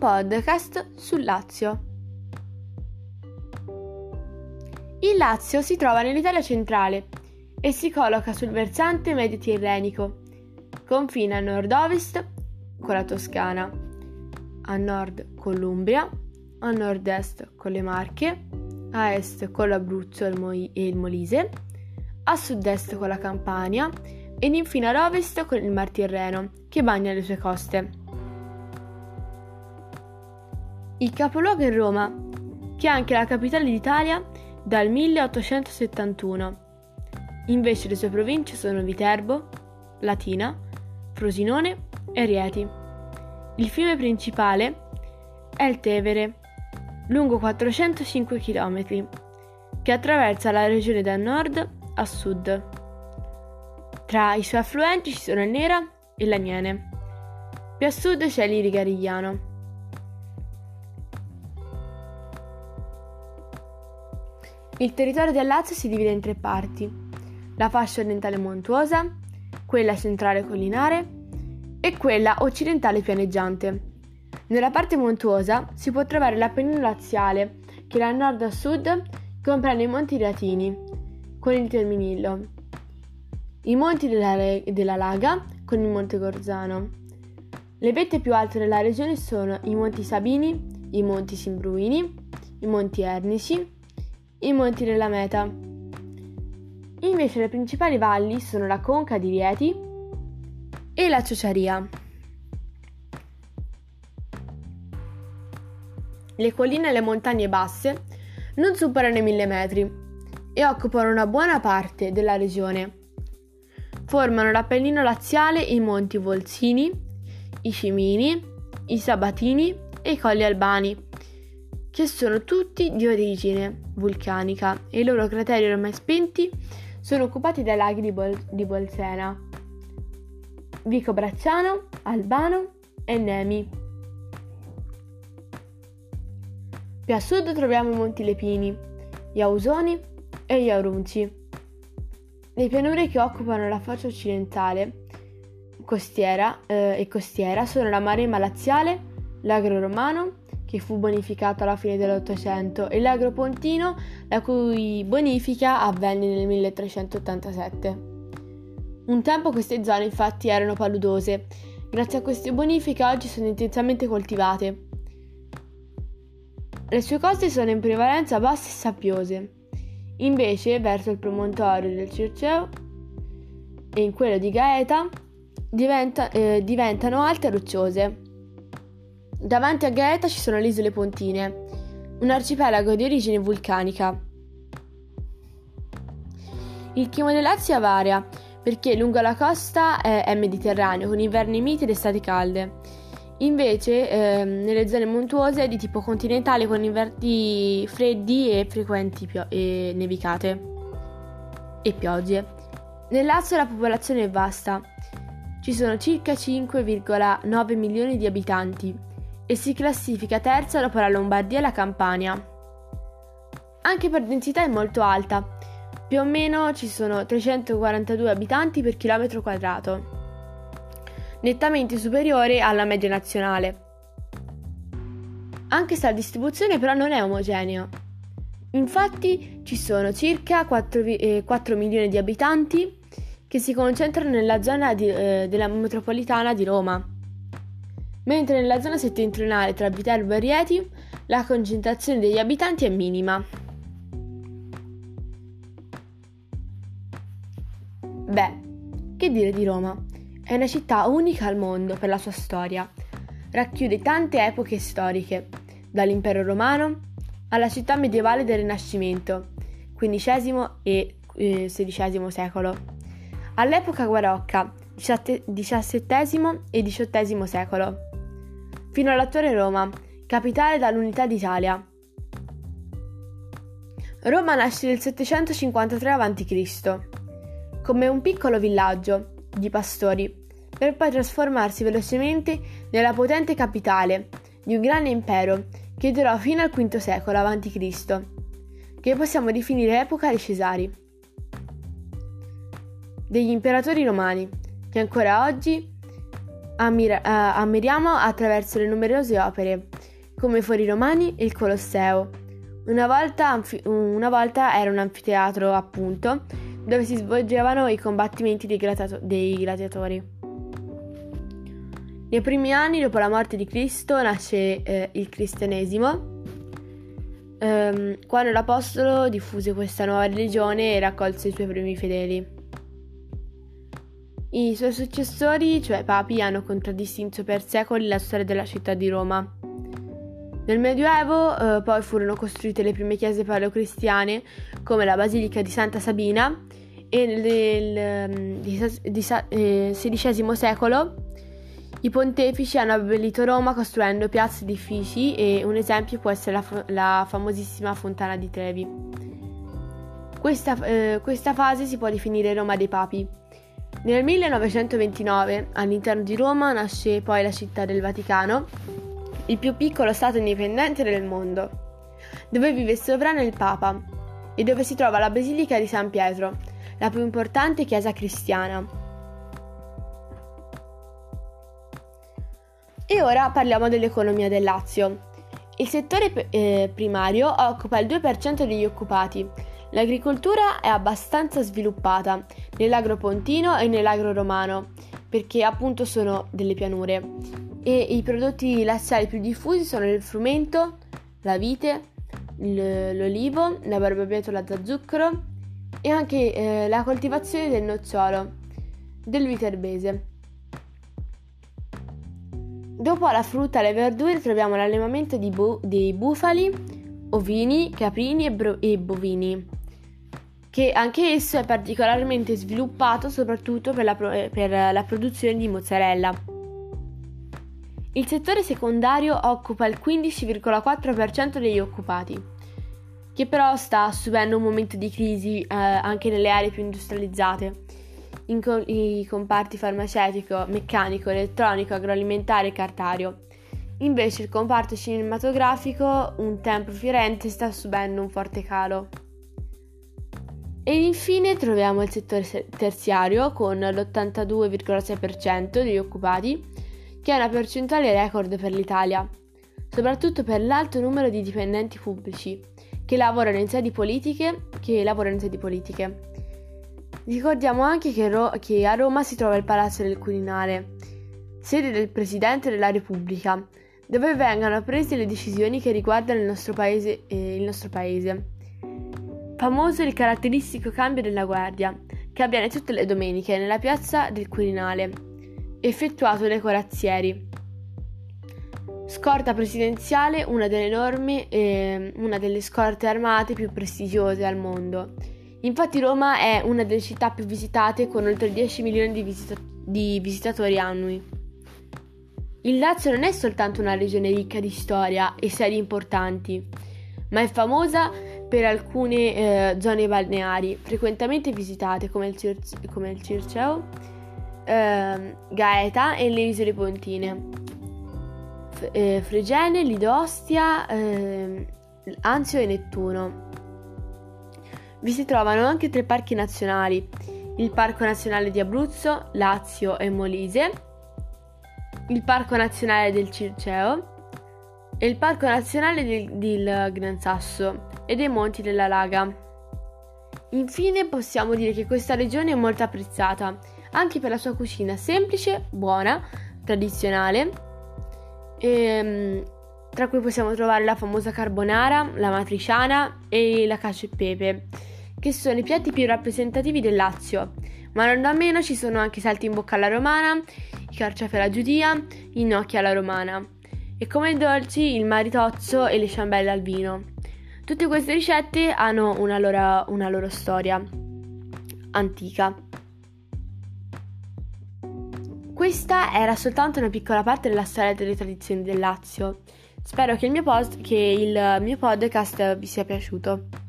podcast sul Lazio. Il Lazio si trova nell'Italia centrale e si colloca sul versante mediterraneo. Confina a nord-ovest con la Toscana, a nord con l'Umbria, a nord-est con le Marche, a est con l'Abruzzo e il Molise, a sud-est con la Campania ed infine ad ovest con il Mar Tirreno che bagna le sue coste. Il capoluogo è Roma, che è anche la capitale d'Italia dal 1871. Invece le sue province sono Viterbo, Latina, Frosinone e Rieti. Il fiume principale è il Tevere, lungo 405 km, che attraversa la regione da nord a sud. Tra i suoi affluenti ci sono il Nera e l'Aniene. Più a sud c'è l'Iri-Garigliano. Il territorio del Lazio si divide in tre parti: la fascia orientale montuosa, quella centrale collinare e quella occidentale pianeggiante. Nella parte montuosa si può trovare l'Appennino laziale, che da nord a sud comprende i Monti Reatini, con il Terminillo, i Monti della Laga, con il Monte Gorzano. Le vette più alte della regione sono i Monti Sabini, i Monti Simbruini, i Monti Ernici, i Monti della Meta. Invece le principali valli sono la Conca di Rieti e la Ciociaria. Le colline e le montagne basse non superano i 1000 metri e occupano una buona parte della regione. Formano l'Appennino laziale i Monti Volsini, i Cimini, i Sabatini e i Colli Albani, che sono tutti di origine vulcanica e i loro crateri ormai spenti sono occupati dai laghi di Bolsena, Vico Bracciano, Albano e Nemi. Più a sud troviamo i Monti Lepini, gli Ausoni e gli Aurunci. Le pianure che occupano la faccia occidentale costiera sono la Maremma laziale, l'Agro romano, che fu bonificato alla fine dell'Ottocento, e l'Agro pontino, la cui bonifica avvenne nel 1387. Un tempo queste zone infatti erano paludose. Grazie a queste bonifiche oggi sono intensamente coltivate. Le sue coste sono in prevalenza basse e sabbiose. Invece, verso il promontorio del Circeo e in quello di Gaeta diventano alte e rocciose. Davanti a Gaeta ci sono le isole Pontine, un arcipelago di origine vulcanica. Il clima del Lazio varia perché lungo la costa è mediterraneo, con inverni miti ed estati calde. Invece nelle zone montuose è di tipo continentale, con inverni freddi e frequenti nevicate e piogge. Nel Lazio la popolazione è vasta. Ci sono circa 5,9 milioni di abitanti e si classifica terza dopo la Lombardia e la Campania. Anche per densità è molto alta, più o meno ci sono 342 abitanti per chilometro quadrato, nettamente superiore alla media nazionale. Anche se la distribuzione però non è omogenea. Infatti ci sono circa 4 milioni di abitanti che si concentrano nella zona della metropolitana di Roma, mentre nella zona settentrionale tra Viterbo e Rieti la concentrazione degli abitanti è minima. Beh, che dire di Roma? È una città unica al mondo per la sua storia. Racchiude tante epoche storiche, dall'impero romano alla città medievale del Rinascimento, XV e XVI secolo, all'epoca barocca, XVII e XVIII secolo, fino all'attuale Roma, capitale dall'Unità d'Italia. Roma nasce nel 753 a.C. come un piccolo villaggio di pastori, per poi trasformarsi velocemente nella potente capitale di un grande impero che durò fino al V secolo a.C., che possiamo definire epoca dei Cesari, degli imperatori romani, che ancora oggi ammiriamo attraverso le numerose opere come i Fori Romani e il Colosseo. Una volta era un anfiteatro, appunto, dove si svolgevano i combattimenti dei gladiatori. Nei primi anni dopo la morte di Cristo nasce il cristianesimo, quando l'Apostolo diffuse questa nuova religione e raccolse i suoi primi fedeli. I suoi successori, cioè papi, hanno contraddistinto per secoli la storia della città di Roma. Nel Medioevo poi furono costruite le prime chiese paleocristiane, come la Basilica di Santa Sabina, e nel XVI secolo i pontefici hanno abbellito Roma costruendo piazze ed edifici, e un esempio può essere la famosissima Fontana di Trevi. Questa fase si può definire Roma dei Papi. Nel 1929 all'interno di Roma nasce poi la Città del Vaticano, il più piccolo stato indipendente del mondo, dove vive il sovrano e il Papa, e dove si trova la Basilica di San Pietro, la più importante chiesa cristiana. E ora parliamo dell'economia del Lazio. Il settore primario occupa il 2% degli occupati. L'agricoltura è abbastanza sviluppata nell'agro pontino e nell'agro romano, perché appunto sono delle pianure. E i prodotti laziali più diffusi sono il frumento, la vite, l'olivo, la barbabietola da zucchero e anche la coltivazione del nocciolo, del viterbese. Dopo la frutta e le verdure troviamo l'allevamento dei bufali, ovini, caprini e bovini, che anche esso è particolarmente sviluppato soprattutto per la produzione di mozzarella. Il settore secondario occupa il 15,4% degli occupati, che però sta subendo un momento di crisi anche nelle aree più industrializzate. I comparti farmaceutico, meccanico, elettronico, agroalimentare e cartario. Invece il comparto cinematografico, un tempo fiorente, sta subendo un forte calo. E infine troviamo il settore terziario con l'82,6% degli occupati, che è una percentuale record per l'Italia, soprattutto per l'alto numero di dipendenti pubblici che lavorano in sedi politiche. Ricordiamo anche che a Roma si trova il Palazzo del Quirinale, sede del Presidente della Repubblica, dove vengono prese le decisioni che riguardano il nostro paese. Famoso il caratteristico cambio della guardia, che avviene tutte le domeniche nella piazza del Quirinale, effettuato dai corazzieri. Scorta presidenziale, una delle scorte armate più prestigiose al mondo. Infatti Roma è una delle città più visitate, con oltre 10 milioni di visitatori annui. Il Lazio non è soltanto una regione ricca di storia e sedi importanti, ma è famosa per alcune zone balneari frequentemente visitate come il Circeo, Gaeta e le isole pontine, Fregene, Lido Ostia, Anzio e Nettuno. Vi si trovano anche 3 parchi nazionali: il Parco Nazionale di Abruzzo, Lazio e Molise, il Parco Nazionale del Circeo e il Parco Nazionale del Gran Sasso e dei Monti della Laga. Infine possiamo dire che questa regione è molto apprezzata anche per la sua cucina semplice, buona, tradizionale, tra cui possiamo trovare la famosa carbonara, la matriciana e la cacio e pepe, che sono i piatti più rappresentativi del Lazio, ma non da meno ci sono anche i salti in bocca alla romana, i carciofi alla giudia, i gnocchi alla romana e come dolci il maritozzo e le ciambelle al vino. Tutte queste ricette hanno una loro storia antica. Questa era soltanto una piccola parte della storia delle tradizioni del Lazio. Spero che il mio podcast vi sia piaciuto.